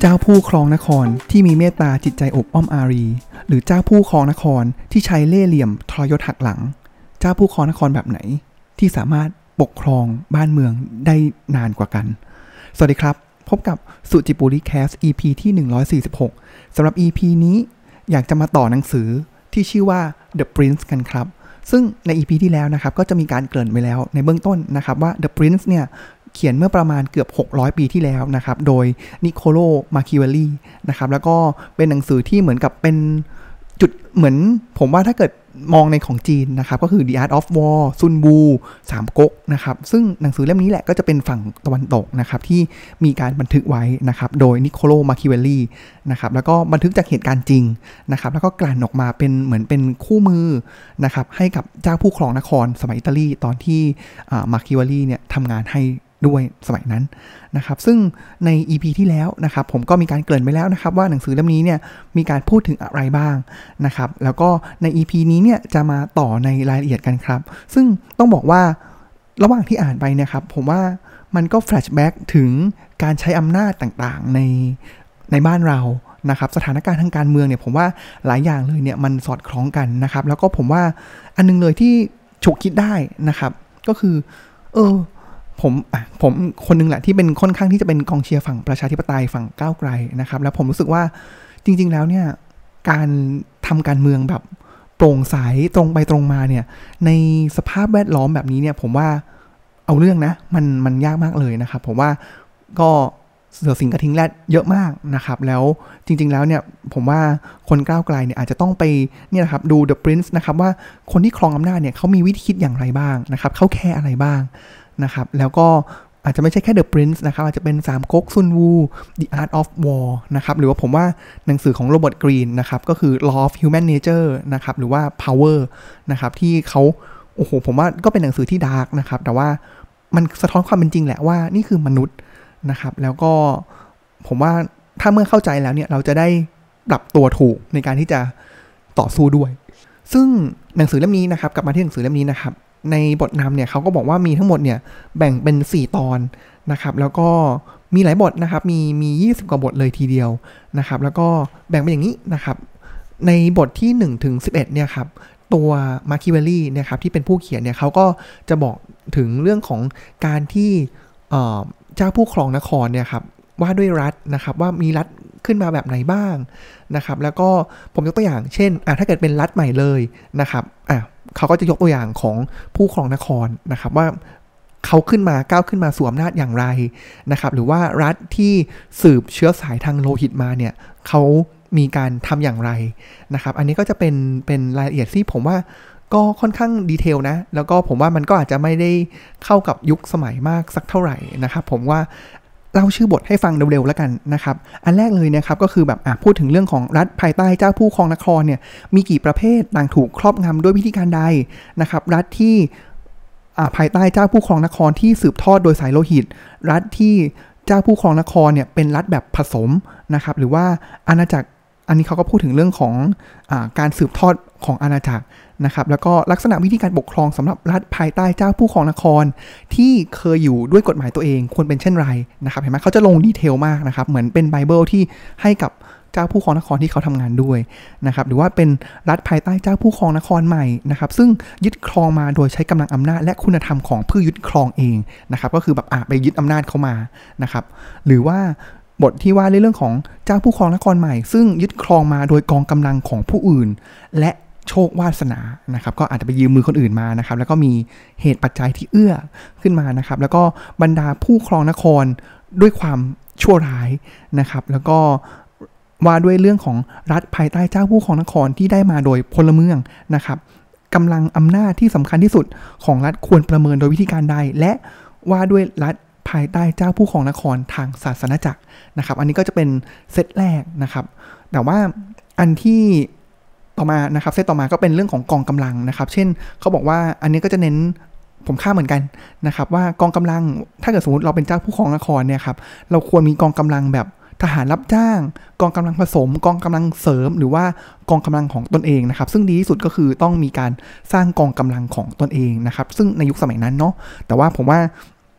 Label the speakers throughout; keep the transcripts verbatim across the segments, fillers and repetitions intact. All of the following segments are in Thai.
Speaker 1: เจ้าผู้ครองนครที่มีเมตตาจิตใจอบอ้อมอารีหรือเจ้าผู้ครองนครที่ใช้เล่ห์เหลี่ยมทรยศหักหลังเจ้าผู้ครองนครแบบไหนที่สามารถปกครองบ้านเมืองได้นานกว่ากันสวัสดีครับพบกับสุจิปุริแคส อี พี ที่หนึ่งร้อยสี่สิบหกสำหรับ อี พี นี้อยากจะมาต่อหนังสือที่ชื่อว่า The Prince กันครับซึ่งใน อี พี ที่แล้วนะครับก็จะมีการเกริ่นไว้แล้วในเบื้องต้นนะครับว่า The Prince เนี่ยเขียนเมื่อประมาณเกือบหกร้อยปีที่แล้วนะครับโดยนิโคโล มาคิเวลลีนะครับแล้วก็เป็นหนังสือที่เหมือนกับเป็นจุดเหมือนผมว่าถ้าเกิดมองในของจีนนะครับก็คือ The Art of War ซุนบูสามก๊กนะครับซึ่งหนังสือเล่มนี้แหละก็จะเป็นฝั่งตะวันตกนะครับที่มีการบันทึกไว้นะครับโดยนิโคโล มาคิเวลลีนะครับแล้วก็บันทึกจากเหตุการณ์จริงนะครับแล้วก็กลั่นออกมาเป็นเหมือนเป็นคู่มือนะครับให้กับเจ้าผู้ครองนครสมัยอิตาลีตอนที่มาคิเวลลีเนี่ยทำงานให้ด้วยสมัยนั้นนะครับซึ่งใน อี พี ที่แล้วนะครับผมก็มีการเกริ่นไปแล้วนะครับว่าหนังสือเล่มนี้เนี่ยมีการพูดถึงอะไรบ้างนะครับแล้วก็ใน อี พี นี้เนี่ยจะมาต่อในรายละเอียดกันครับซึ่งต้องบอกว่าระหว่างที่อ่านไปเนี่ยครับผมว่ามันก็แฟลชแบ็กถึงการใช้อำนาจต่างๆในในบ้านเรานะครับสถานการณ์ทางการเมืองเนี่ยผมว่าหลายอย่างเลยเนี่ยมันสอดคล้องกันนะครับแล้วก็ผมว่าอันนึงเลยที่ฉุกคิดได้นะครับก็คือเออผมผมคนนึงแหละที่เป็นค่อนข้างที่จะเป็นกองเชียร์ฝั่งประชาธิปไตยฝั่งก้าวไกลนะครับแล้วผมรู้สึกว่าจริงๆแล้วเนี่ยการทำการเมืองแบบโปร่งใสตรงไปตรงมาเนี่ยในสภาพแวดล้อมแบบนี้เนี่ยผมว่าเอาเรื่องนะมันมันยากมากเลยนะครับผมว่าก็เสือสิงกระทิงแรดเยอะมากนะครับแล้วจริงๆแล้วเนี่ยผมว่าคนก้าวไกลเนี่ยอาจจะต้องไปเนี่ยนะครับดู The Prince นะครับว่าคนที่ครองอำนาจเนี่ยเขามีวิธีคิดอย่างไรบ้างนะครับเขาแค่อะไรบ้างนะครับแล้วก็อาจจะไม่ใช่แค่ The Prince นะครับอาจจะเป็นสามก๊กซุนวู The Art of War นะครับหรือว่าผมว่าหนังสือของโรเบิร์ตกรีนนะครับก็คือ Law of Human Nature นะครับหรือว่า Power นะครับที่เขาโอ้โหผมว่าก็เป็นหนังสือที่ดาร์กนะครับแต่ว่ามันสะท้อนความเป็นจริงแหละว่านี่คือมนุษย์นะครับแล้วก็ผมว่าถ้าเมื่อเข้าใจแล้วเนี่ยเราจะได้ปรับตัวถูกในการที่จะต่อสู้ด้วยซึ่งหนังสือเล่มนี้นะครับกลับมาที่หนังสือเล่มนี้นะครับในบทนำเนี่ยเขาก็บอกว่ามีทั้งหมดเนี่ยแบ่งเป็นสี่ตอนนะครับแล้วก็มีหลายบทนะครับมีมียี่สิบกว่าบทเลยทีเดียวนะครับแล้วก็แบ่งเป็นอย่างนี้นะครับในบทที่หนึ่งถึงสิบเอ็ดเนี่ยครับตัวมาคิเวลลี่นะครับที่เป็นผู้เขียนเนี่ยเขาก็จะบอกถึงเรื่องของการที่เอ่อเจ้าผู้ครองนครเนี่ยครับว่าด้วยรัฐนะครับว่ามีรัฐขึ้นมาแบบไหนบ้างนะครับแล้วก็ผมยกตัวอย่างเช่นอ่ะถ้าเกิดเป็นรัฐใหม่เลยนะครับอ่ะเขาก็จะยกตัวอย่างของผู้ครองนครนะครับว่าเขาขึ้นมาก้าวขึ้นมาสู่อำนาจอย่างไรนะครับหรือว่ารัฐที่สืบเชื้อสายทางโลหิตมาเนี่ยเขามีการทำอย่างไรนะครับอันนี้ก็จะเป็นเป็นรายละเอียดที่ผมว่าก็ค่อนข้างดีเทลนะแล้วก็ผมว่ามันก็อาจจะไม่ได้เข้ากับยุคสมัยมากสักเท่าไหร่นะครับผมว่าเล่าชื่อบทให้ฟังเร็วๆแล้วกันนะครับอันแรกเลยนะครับก็คือแบบอ่ะพูดถึงเรื่องของรัฐภายใต้เจ้าผู้ครองนครเนี่ยมีกี่ประเภทต่างถูกครอบงำด้วยวิธีการใดนะครับรัฐที่อ่าภายใต้เจ้าผู้ครองนครที่สืบทอดโดยสายโลหิตรัฐที่เจ้าผู้ครองนครเนี่ยเป็นรัฐแบบผสมนะครับหรือว่าอาณาจักรอันนี้เขาก็พูดถึงเรื่องของอ่าการสืบทอดของอาณาจักรนะครับแล้วก็ลักษณะวิธีการปกครองสำหรับรัฐภายใต้เจ้าผู้ครองนครที่เคยอยู่ด้วยกฎหมายตัวเองควรเป็นเช่นไรนะครับเห็นไหมเขาจะลงดีเทลมากนะครับเหมือนเป็นไบเบิลที่ให้กับเจ้าผู้ครองนครที่เขาทำงานด้วยนะครับหรือว่าเป็นรัฐภายใต้เจ้าผู้ครองนครใหม่นะครับซึ่งยึดครองมาโดยใช้กำลังอำนาจและคุณธรรมของผู้ยึดครองเองนะครับก็คือแบบอ่ะไปยึดอำนาจเขามานะครับหรือว่าบทที่ว่าในเรื่องของเจ้าผู้ครองนครใหม่ซึ่งยึดครองมาโดยกองกำลังของผู้อื่นและโชควาสนานะครับก็อาจจะไปยืมมือคนอื่นมานะครับแล้วก็มีเหตุปัจจัยที่เอื้อขึ้นมานะครับแล้วก็บรรดาผู้ครองนครด้วยความชั่วร้ายนะครับแล้วก็ว่าด้วยเรื่องของรัฐภายใต้เจ้าผู้ครองนครที่ได้มาโดยพลเมืองนะครับกำลังอำนาจที่สำคัญที่สุดของรัฐควรประเมินโดยวิธีการใดและว่าด้วยรัฐภายใต้เจ้าผู้ครองนครทางศาสนจักรนะครับอันนี้ก็จะเป็นเซตแรกนะครับแต่ว่าอันที่ต่อมานะครับเซตต่อมาก็เป็นเรื่องของกองกำลังนะครับเช่นเขาบอกว่าอันนี้ก็จะเน้นผมค่าเหมือนกันนะครับว่ากองกำลังถ้าเกิดสมมติเราเป็นเจ้าผู้ครองนครเนี่ยครับเราควรมีกองกำลังแบบทหารรับจ้างกองกำลังผสมกองกำลังเสริมหรือว่ากองกำลังของตนเองนะครับซึ่งดีที่สุดก็คือต้องมีการสร้างกองกำลังของตนเองนะครับซึ่งในยุคสมัยนั้นเนาะแต่ว่าผมว่า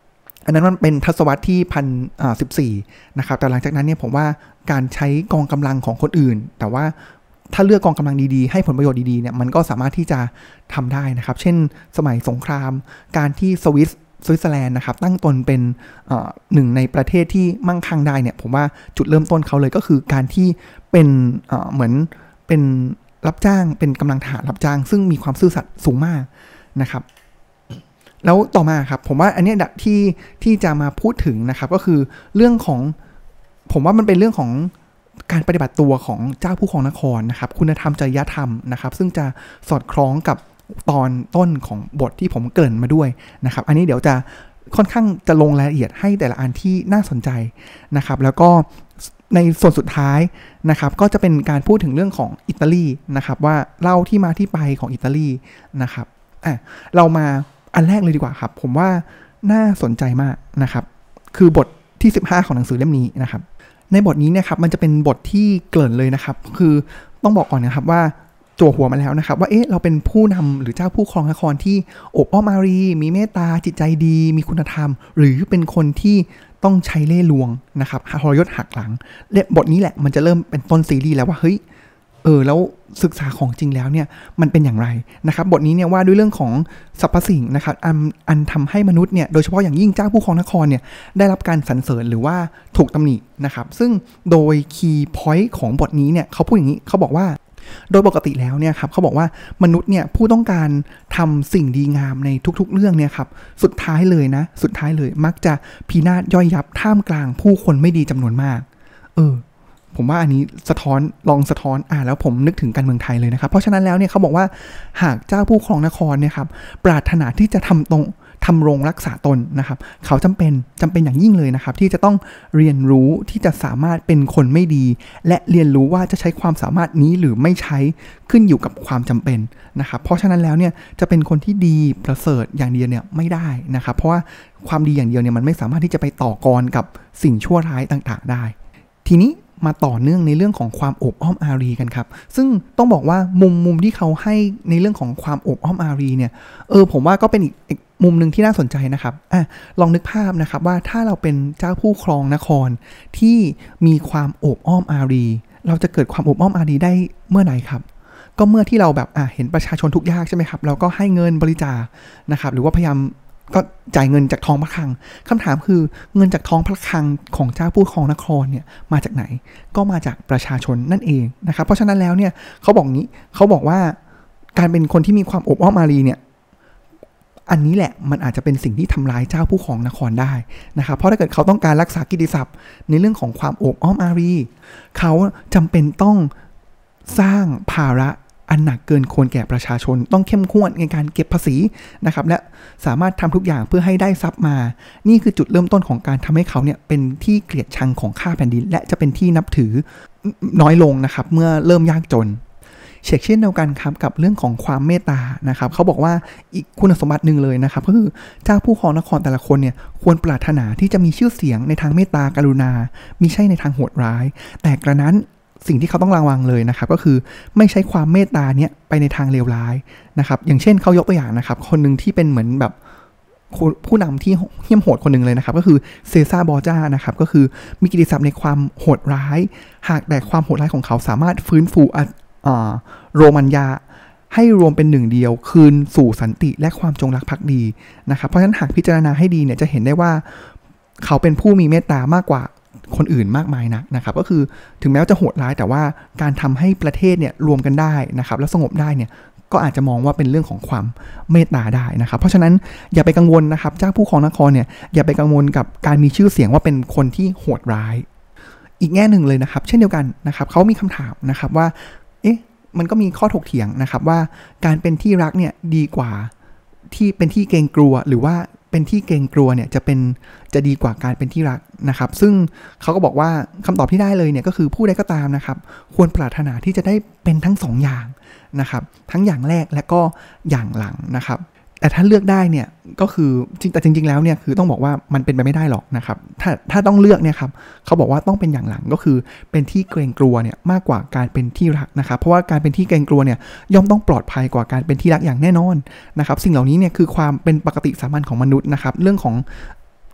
Speaker 1: อันนั้นมันเป็นทศวรรษที่พันสิบสี่นะครับแต่หลังจากนั้นเนี่ยผมว่าการใช้กองกำลังของคนอื่นแต่ว่าถ้าเลือกกองกำลังดีๆให้ผลประโยชน์ดีๆเนี่ยมันก็สามารถที่จะทำได้นะครับเช่นสมัยสงครามการที่สวิสสวิตเซอร์แลนด์นะครับตั้งตนเป็นหนึ่งในประเทศที่มั่งคั่งได้เนี่ยผมว่าจุดเริ่มต้นเขาเลยก็คือการที่เป็นเหมือนเป็นรับจ้างเป็นกำลังทหารรับจ้างซึ่งมีความซื่อสัตย์สูงมากนะครับแล้วต่อมาครับผมว่าอันนี้ที่ที่จะมาพูดถึงนะครับก็คือเรื่องของผมว่ามันเป็นเรื่องของการปฏิบัติตัวของเจ้าผู้ครองนครนะครับคุณธรรมจริยธรรมนะครับซึ่งจะสอดคล้องกับตอนต้นของบทที่ผมเกริ่นมาด้วยนะครับอันนี้เดี๋ยวจะค่อนข้างจะลงรายละเอียดให้แต่ละอันที่น่าสนใจนะครับแล้วก็ในส่วนสุดท้ายนะครับก็จะเป็นการพูดถึงเรื่องของอิตาลีนะครับว่าเล่าที่มาที่ไปของอิตาลีนะครับอ่ะเรามาอันแรกเลยดีกว่าครับผมว่าน่าสนใจมากนะครับคือบทที่สิบห้าของหนังสือเล่มนี้นะครับในบทนี้เนี่ยครับมันจะเป็นบทที่เกริ่นเลยนะครับคือต้องบอกก่อนนะครับว่าจั่วหัวมาแล้วนะครับว่าเอ๊ะเราเป็นผู้นำหรือเจ้าผู้ครองนครที่อบอ้อมอารีมีเมตตาจิตใจดีมีคุณธรรมหรือเป็นคนที่ต้องใช้เล่ห์ลวงนะครับทรยศหักหลังและบทนี้แหละมันจะเริ่มเป็นต้นซีรีส์แล้วว่าเฮ้ยเออแล้วศึกษาของจริงแล้วเนี่ยมันเป็นอย่างไรนะครับบทนี้เนี่ยว่าด้วยเรื่องของสรรพสิ่งนะครับอันอันทำให้มนุษย์เนี่ยโดยเฉพาะอย่างยิ่งเจ้าผู้ครองนครเนี่ยได้รับการสรรเสริญหรือว่าถูกตำหนินะครับซึ่งโดยคีย์พอยต์ของบทนี้เนี่ยเขาพูดอย่างนี้เขาบอกว่าโดยปกติแล้วเนี่ยครับเขาบอกว่ามนุษย์เนี่ยผู้ต้องการทำสิ่งดีงามในทุกๆเรื่องเนี่ยครับสุดท้ายเลยนะสุดท้ายเลยมักจะพินาศย่อยยับท่ามกลางผู้คนไม่ดีจำนวนมากเออผมว่าอันนี้สะท้อนลองสะท้อนอ่าแล้วผมนึกถึงการเมืองไทยเลยนะครับเพราะฉะนั้นแล้วเนี่ยเขาบอกว่าหากเจ้าผู้ครองนครเนี่ยครับปรารถนาที่จะทำตรงทำรงรักษาตนนะครับเขาจำเป็นจำเป็นอย่างยิ่งเลยนะครับที่จะต้องเรียนรู้ที่จะสามารถเป็นคนไม่ดีและเรียนรู้ว่าจะใช้ความสามารถนี้หรือไม่ใช้ขึ้นอยู่กับความจำเป็นนะครับเพราะฉะนั้นแล้วเนี่ยจะเป็นคนที่ดีประเสริฐอย่างเดียวเนี่ยไม่ได้นะครับเพราะว่าความดีอย่างเดียวเนี่ยมันไม่สามารถที่จะไปต่อกรกับสิ่งชั่วร้ายต่างๆได้ทีนี้มาต่อเนื่องในเรื่องของความโอบอ้อมอารีกันครับซึ่งต้องบอกว่ามุมมุมที่เขาให้ในเรื่องของความโอบอ้อมอารีเนี่ยเออผมว่าก็เป็นอีกมุมหนึ่งที่น่าสนใจนะครับอ่ะลองนึกภาพนะครับว่าถ้าเราเป็นเจ้าผู้ครองนครที่มีความโอบอ้อมอารีเราจะเกิดความโอบอ้อมอารีได้เมื่อไหร่ครับก็เมื่อที่เราแบบอ่ะเห็นประชาชนทุกข์ยากใช่ไหมครับเราก็ให้เงินบริจาคนะครับหรือว่าพยายามก็จ่ายเงินจากท้องพระคลังคำถามคือเงินจากท้องพระคลังของเจ้าผู้ครองนครเนี่ยมาจากไหนก็มาจากประชาชนนั่นเองนะครับเพราะฉะนั้นแล้วเนี่ยเขาบอกงี้เขาบอกว่าการเป็นคนที่มีความอบอ้อมอารีเนี่ยอันนี้แหละมันอาจจะเป็นสิ่งที่ทำลายเจ้าผู้ครองนครได้นะครับเพราะถ้าเกิดเขาต้องการรักษากิตติศัพท์ในเรื่องของความอบอ้อมอารีเขาจำเป็นต้องสร้างภาระอันหนักเกินควรแก่ประชาชนต้องเข้มข้นในการเก็บภาษีนะครับและสามารถทำทุกอย่างเพื่อให้ได้ทรัพย์มานี่คือจุดเริ่มต้นของการทำให้เขาเนี่ยเป็นที่เกลียดชังของข้าแผ่นดินและจะเป็นที่นับถือน้อยลงนะครับเมื่อเริ่มยากจนเช่นเช่นเดียวกันครับกับเรื่องของความเมตตานะครับเขาบอกว่าอีกคุณสมบัติหนึ่งเลยนะครับก็คือเจ้าผู้ครองนครแต่ละคนเนี่ยควรปรารถนาที่จะมีชื่อเสียงในทางเมตตากรุณามิใช่ในทางโหดร้ายแต่กระนั้นสิ่งที่เขาต้องระวังเลยนะครับก็คือไม่ใช้ความเมตตาเนี่ยไปในทางเลวร้ายนะครับอย่างเช่นเขายกตัวอย่างนะครับคนหนึ่งที่เป็นเหมือนแบบผู้นำที่เหี้ยมโหดคนหนึ่งเลยนะครับก็คือเซซ่าบอร์จานะครับก็คือมีกิตติศัพท์ในความโหดร้ายหากแต่ความโหดร้ายของเขาสามารถฟื้นฟูโรมันยาให้รวมเป็นหนึ่งเดียวคืนสู่สันติและความจงรักภักดีนะครับเพราะฉะนั้นหากพิจารณาให้ดีเนี่ยจะเห็นได้ว่าเขาเป็นผู้มีเมตตามากกว่าคนอื่นมากมายนักนะครับก็คือถึงแม้ว่าจะโหดร้ายแต่ว่าการทำให้ประเทศเนี่ยรวมกันได้นะครับแล้วสงบได้เนี่ยก็อาจจะมองว่าเป็นเรื่องของความเมตตาได้นะครับเพราะฉะนั้นอย่าไปกังวลนะครับเจ้าผู้ครองนครเนี่ยอย่าไปกังวลกับการมีชื่อเสียงว่าเป็นคนที่โหดร้ายอีกแง่หนึ่งเลยนะครับเช่นเดียวกันนะครับเขามีคำถามนะครับว่าเอ๊ะมันก็มีข้อถกเถียงนะครับว่าการเป็นที่รักเนี่ยดีกว่าที่เป็นที่เกรงกลัวหรือว่าเป็นที่เกรงกลัวเนี่ยจะเป็นจะดีกว่าการเป็นที่รักนะครับซึ่งเขาก็บอกว่าคำตอบที่ได้เลยเนี่ยก็คือผู้ใดก็ตามนะครับควรปรารถนาที่จะได้เป็นทั้งสองอย่างนะครับทั้งอย่างแรกและก็อย่างหลังนะครับแต่ถ้าเลือกได้เนี่ยก็คือจริงแต่จริงๆแล้วเนี่ยคือต้องบอกว่ามันเป็นไปไม่ได้หรอกนะครับถ้าถ้าต้องเลือกเนี่ยครับเขาบอกว่าต้องเป็นอย่างหลังก็คือเป็นที่เกรงกลัวเนี่ยมากกว่าการเป็นที่รักนะครับเพราะว่าการเป็นที่เกรงกลัวเนี่ยย่อมต้องปลอดภัยกว่าการเป็นที่รักอย่างแน่นอนนะครับสิ่งเหล่านี้เนี่ยคือความเป็นปกติสามัญของมนุษย์นะครับเรื่องของ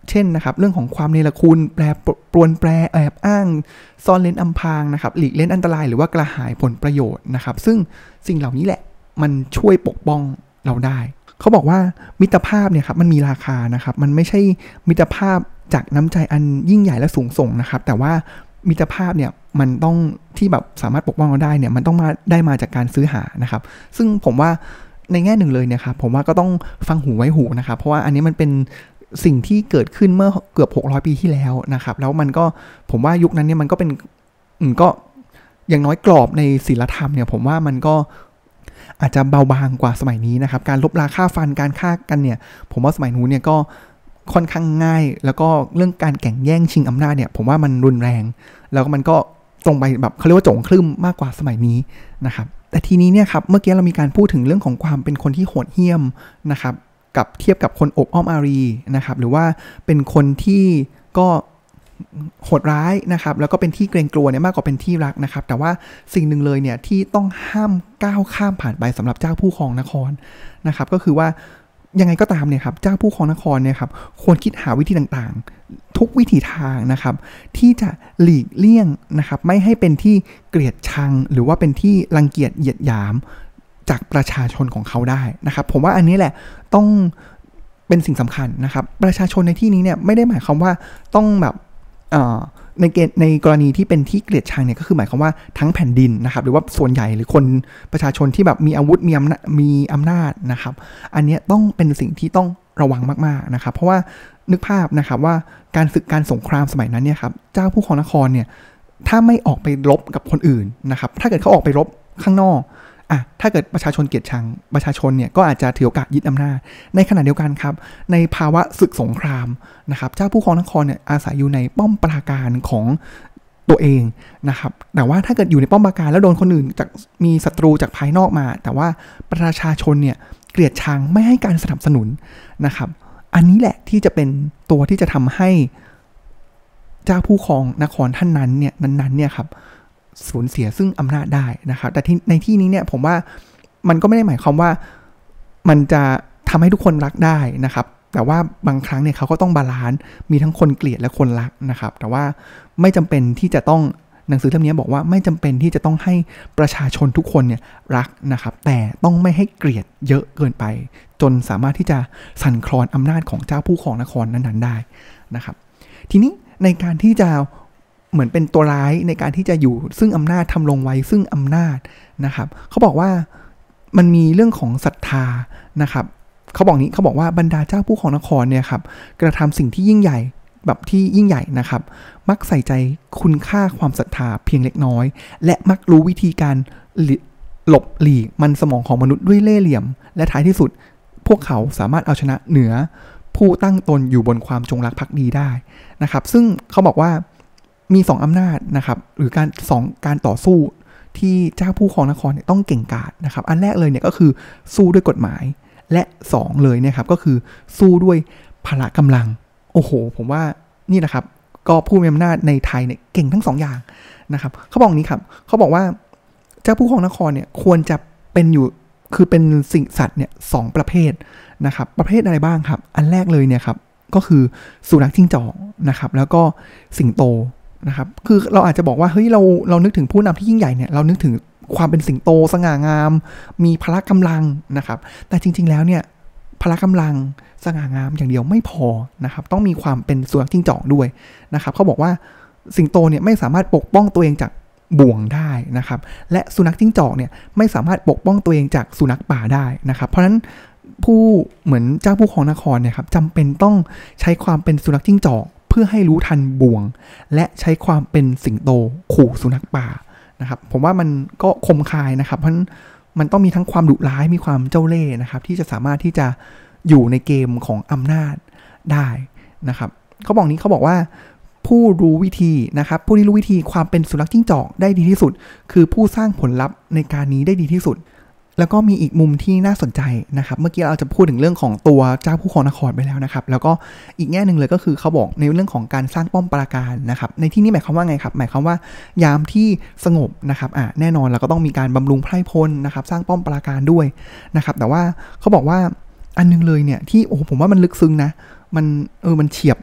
Speaker 1: เช่นนะครับเรื่องของความเนรคุณแปรปรวนแปรแอบอ้างซ่อนเร้นอำพรางนะครับหลีกเล่นอันตรายหรือว่ากระหายผลประโยชน์นะครับซึ่งสิ่งเหล่านี้แหละมันช่วยปกป้องเราได้เขาบอกว่ามิตรภาพเนี่ยครับมันมีราคานะครับมันไม่ใช่มิตรภาพจากน้ำใจอันยิ่งใหญ่และสูงส่งนะครับแต่ว่ามิตรภาพเนี่ยมันต้องที่แบบสามารถปกป้องเราได้เนี่ยมันต้องมาได้มาจากการซื้อหานะครับซึ่งผมว่าในแง่หนึ่งเลยเนี่ยครับผมว่าก็ต้องฟังหูไว้หูนะครับเพราะว่าอันนี้มันเป็นสิ่งที่เกิดขึ้นเมื่อเกือบหกร้อยปีที่แล้วนะครับแล้วมันก็ผมว่ายุคนั้นเนี่ยมันก็เป็นอืมก็อย่างน้อยกรอบในศีลธรรมเนี่ยผมว่ามันก็อาจจะเบาบางกว่าสมัยนี้นะครับการลบราฆ่าฟันการฆ่ากันเนี่ยผมว่าสมัยนู้นเนี่ยก็ค่อนข้างง่ายแล้วก็เรื่องการแข่งแย่งชิงอำนาจเนี่ยผมว่ามันรุนแรงแล้วมันก็ตรงไปแบบเขาเรียกว่าโจงครึ่มมากกว่าสมัยนี้นะครับแต่ทีนี้เนี่ยครับเมื่อกี้เรามีการพูดถึงเรื่องของความเป็นคนที่โหดเหี้ยมนะครับกับเทียบกับคนอบอ้อมอารีนะครับหรือว่าเป็นคนที่ก็โหดร้ายนะครับแล้วก็เป็นที่เกรงกลัวเนี่ยมากกว่าเป็นที่รักนะครับแต่ว่าสิ่งหนึ่งเลยเนี่ยที่ต้องห้ามก้าวข้ามผ่านไปสำหรับเจ้าผู้ครองนครนะครับก็คือว่ายังไงก็ตามเนี่ยครับเจ้าผู้ครองนครเนี่ยครับควรคิดหาวิธีต่างๆทุกวิถีทางนะครับที่จะหลีกเลี่ยงนะครับไม่ให้เป็นที่เกลียดชังหรือว่าเป็นที่รังเกียจเหยียดหยามจากประชาชนของเขาได้นะครับผมว่าอันนี้แหละต้องเป็นสิ่งสำคัญนะครับประชาชนในที่นี้เนี่ยไม่ได้หมายความว่าต้องแบบในเกณฑ์ในกรณีที่เป็นที่เกลียดชังเนี่ยก็คือหมายความว่าทั้งแผ่นดินนะครับหรือว่าส่วนใหญ่หรือคนประชาชนที่แบบมีอาวุธมีอำนาจมีอำนาจนะครับอันนี้ต้องเป็นสิ่งที่ต้องระวังมากๆนะครับเพราะว่านึกภาพนะครับว่าการศึกการสงครามสมัยนั้นเนี่ยครับเจ้าผู้ครองนครเนี่ยถ้าไม่ออกไปรบกับคนอื่นนะครับถ้าเกิดเขาออกไปรบข้างนอกอ่ะถ้าเกิดประชาชนเกลียดชังประชาชนเนี่ยก็อาจจะถือโอกาสยึดอำนาจในขณะเดียวกันครับในภาวะศึกสงครามนะครับเจ้าผู้ครองนครเนี่ยอาศัยอยู่ในป้อมปราการของตัวเองนะครับแต่ว่าถ้าเกิดอยู่ในป้อมปราการแล้วโดนคนอื่นจากมีศัตรูจากภายนอกมาแต่ว่าประชาชนเนี่ยเกลียดชังไม่ให้การสนับสนุนนะครับอันนี้แหละที่จะเป็นตัวที่จะทำให้เจ้าผู้ครองนครท่านนั้นเนี่ยนั้นๆเนี่ยครับสูญเสียซึ่งอำนาจได้นะครับแต่ในที่นี้เนี่ยผมว่ามันก็ไม่ได้หมายความว่ามันจะทำให้ทุกคนรักได้นะครับแต่ว่าบางครั้งเนี่ยเขาก็ต้องบาลานซ์มีทั้งคนเกลียดและคนรักนะครับแต่ว่าไม่จำเป็นที่จะต้องหนังสือเล่มนี้บอกว่าไม่จำเป็นที่จะต้องให้ประชาชนทุกคนเนี่ยรักนะครับแต่ต้องไม่ให้เกลียดเยอะเกินไปจนสามารถที่จะสั่นคลอนอำนาจของเจ้าผู้ครองนครนั้นๆได้นะครับทีนี้ในการที่จะเหมือนเป็นตัวร้ายในการที่จะอยู่ซึ่งอำนาจทำลงไว้ซึ่งอำนาจนะครับเขาบอกว่ามันมีเรื่องของศรัทธานะครับเขาบอกนี้เขาบอกว่าบรรดาเจ้าผู้ครองนครเนี่ยครับกระทำสิ่งที่ยิ่งใหญ่แบบที่ยิ่งใหญ่นะครับมักใส่ใจคุณค่าความศรัทธาเพียงเล็กน้อยและมักรู้วิธีการหลบหลีกมันสมองของมนุษย์ด้วยเล่ห์เหลี่ยมและท้ายที่สุดพวกเขาสามารถเอาชนะเหนือผู้ตั้งตนอยู่บนความจงรักภักดีได้นะครับซึ่งเขาบอกว่ามีสองอำนาจนะครับหรือการสองการต่อสู้ที่เจ้าผู้ครองนครเนี่ยต้องเก่งกาจนะครับอันแรกเลยเนี่ยก็คือสู้ด้วยกฎหมายและสองเลยเนี่ยครับก็คือสู้ด้วยพละกำลังโอ้โหผมว่านี่นะครับก็ผู้มีอำนาจในไทยเนี่ยเก่งทั้งสองอย่างนะครับเขาบอกนี้ครับเขาบอกว่าเจ้าผู้ครองนครเนี่ยควรจะเป็นอยู่คือเป็นสิ่งสัตว์เนี่ยสองประเภทนะครับประเภทอะไรบ้างครับอันแรกเลยเนี่ยครับก็คือสุนัขจิ้งจอกนะครับแล้วก็สิงโตนะครับคือเราอาจจะบอกว่าเฮ้ยเราเรานึกถึงผู้นำที่ยิ่งใหญ่เนี่ยเรานึกถึงความเป็นสิงโตสง่างามมีพละกำลังนะครับแต่จริงๆแล้วเนี่ยพละกำลังสง่างามอย่างเดียวไม่พอนะครับต้องมีความเป็นสุนัขจิ้งจอกด้วยนะครับเขาบอกว่าสิงโตเนี่ยไม่สามารถปกป้องตัวเองจากบ่วงได้นะครับและสุนัขจิ้งจอกเนี่ยไม่สามารถปกป้องตัวเองจากสุนัขป่าได้นะครับเพราะฉะนั้นผู้เหมือนเจ้าผู้ครองนครเนี่ยครับจำเป็นต้องใช้ความเป็นสุนัขจิ้งจอกเพื่อให้รู้ทันบ่วงและใช้ความเป็นสิงโตขู่สุนัขป่านะครับผมว่ามันก็คมคายนะครับเพราะมันต้องมีทั้งความดุร้ายมีความเจ้าเล่ห์นะครับที่จะสามารถที่จะอยู่ในเกมของอำนาจได้นะครับเขาบอกนี้เขาบอกว่าผู้รู้วิธีนะครับผู้ที่รู้วิธีความเป็นสุนัขจิ้งจอกได้ดีที่สุดคือผู้สร้างผลลัพธ์ในการนี้ได้ดีที่สุดแล้วก็มีอีกมุมที่น่าสนใจนะครับเมื่อกี้เราจะพูดถึงเรื่องของตัวเจ้าผู้ครองนครไปแล้วนะครับแล้วก็อีกแง่หนึ่งเลยก็คือเขาบอกในเรื่องของการสร้างป้อมปราการนะครับในที่นี้หมายความว่าไงครับหมายความว่ายามที่สงบนะครับอ่ะแน่นอนเราก็ต้องมีการบำรุงไพร่พลนะครับสร้างป้อมปราการด้วยนะครับแต่ว่าเขาบอกว่าอันนึงเลยเนี่ยที่โอ้ผมว่ามันลึกซึ้งนะมันเออมันเฉียบ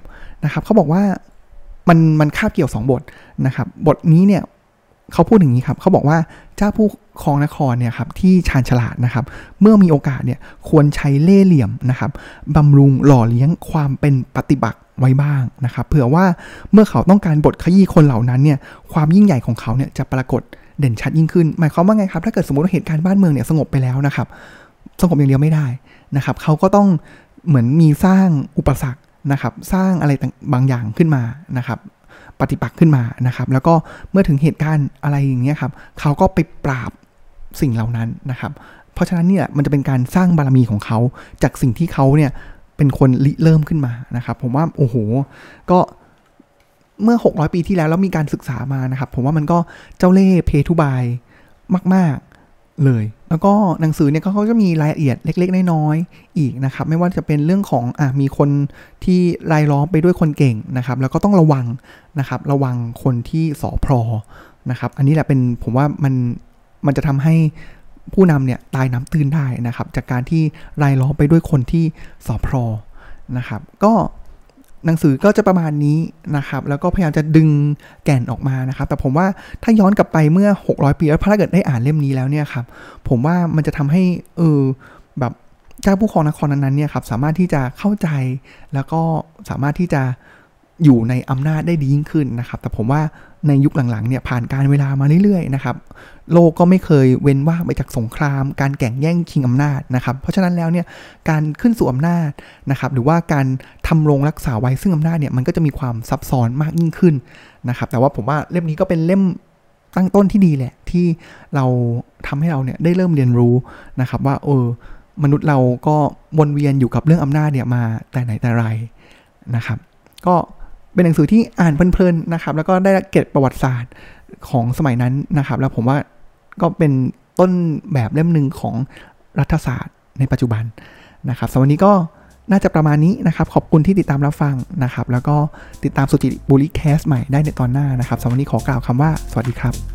Speaker 1: นะครับเขาบอกว่ามันมันคาบเกี่ยวสองบทนะครับบทนี้เนี่ยเขาพูดอย่างนี้ครับเขาบอกว่าเจ้าผู้ครองนครเนี่ยครับที่ชาญฉลาดนะครับเมื่อมีโอกาสเนี่ยควรใช้เล่ห์เหลี่ยมนะครับบำรุงหล่อเลี้ยงความเป็นปฏิบัติไว้บ้างนะครับเผื่อว่าเมื่อเขาต้องการบทขยี้คนเหล่านั้นเนี่ยความยิ่งใหญ่ของเขาเนี่ยจะปรากฏเด่นชัดยิ่งขึ้นหมายความว่าไงครับถ้าเกิดสมมติว่าเหตุการณ์บ้านเมืองเนี่ยสงบไปแล้วนะครับสงบอย่างเดียวไม่ได้นะครับเขาก็ต้องเหมือนมีสร้างอุปสรรคนะครับสร้างอะไรบางอย่างขึ้นมานะครับปฏิปักษ์ขึ้นมานะครับแล้วก็เมื่อถึงเหตุการณ์อะไรอย่างเงี้ยครับเขาก็ไปปราบสิ่งเหล่านั้นนะครับเพราะฉะนั้นเนี่ยมันจะเป็นการสร้างบารมีของเขาจากสิ่งที่เขาเนี่ยเป็นคนริเริ่มขึ้นมานะครับผมว่าโอ้โหก็เมื่อหกร้อยปีที่แล้วแล้วมีการศึกษามานะครับผมว่ามันก็เจ้าเล่ห์เพทุบายมากๆเลยแล้วก็หนังสือเนี่ยเขาจะมีรายละเอียดเล็กๆน้อยๆอีกนะครับไม่ว่าจะเป็นเรื่องของอ่ะมีคนที่รายล้อมไปด้วยคนเก่งนะครับแล้วก็ต้องระวังนะครับระวังคนที่สอพรนะครับอันนี้แหละเป็นผมว่ามันมันจะทำให้ผู้นำเนี่ยตายน้ำตื้นได้นะครับจากการที่รายล้อมไปด้วยคนที่สอพรนะครับก็หนังสือก็จะประมาณนี้นะครับแล้วก็พยายามจะดึงแก่นออกมานะครับแต่ผมว่าถ้าย้อนกลับไปเมื่อหกร้อยปีแล้วถ้าเกิดได้อ่านเล่มนี้แล้วเนี่ยครับผมว่ามันจะทำให้เออแบบเจ้าผู้ครองนครนั้นๆเนี่ยครับสามารถที่จะเข้าใจแล้วก็สามารถที่จะอยู่ในอำนาจได้ดียิ่งขึ้นนะครับแต่ผมว่าในยุคหลังๆเนี่ยผ่านการเวลามาเรื่อยๆนะครับโลกก็ไม่เคยเว้นว่างไปจากสงครามการแข่งแย่งชิงอำนาจนะครับเพราะฉะนั้นแล้วเนี่ยการขึ้นสู่อำนาจนะครับหรือว่าการทำรงรักษาไว้ซึ่งอำนาจเนี่ยมันก็จะมีความซับซ้อนมากยิ่งขึ้นนะครับแต่ว่าผมว่าเล่มนี้ก็เป็นเล่มตั้งต้นที่ดีแหละที่เราทำให้เราเนี่ยได้เริ่มเรียนรู้นะครับว่าเออมนุษย์เราก็วนเวียนอยู่กับเรื่องอำนาจเนี่ยมาแต่ไหนแต่ไรนะครับก็เป็นหนังสือที่อ่านเพลินๆนะครับแล้วก็ได้เก็บประวัติศาสตร์ของสมัยนั้นนะครับแล้วผมว่าก็เป็นต้นแบบเล่มหนึ่งของรัฐศาสตร์ในปัจจุบันนะครับสำหรับวันนี้ก็น่าจะประมาณนี้นะครับขอบคุณที่ติดตามรับฟังนะครับแล้วก็ติดตามสุจิบุรีแคสใหม่ได้ในตอนหน้านะครับสำหรับวันนี้ขอกล่าวคำว่าสวัสดีครับ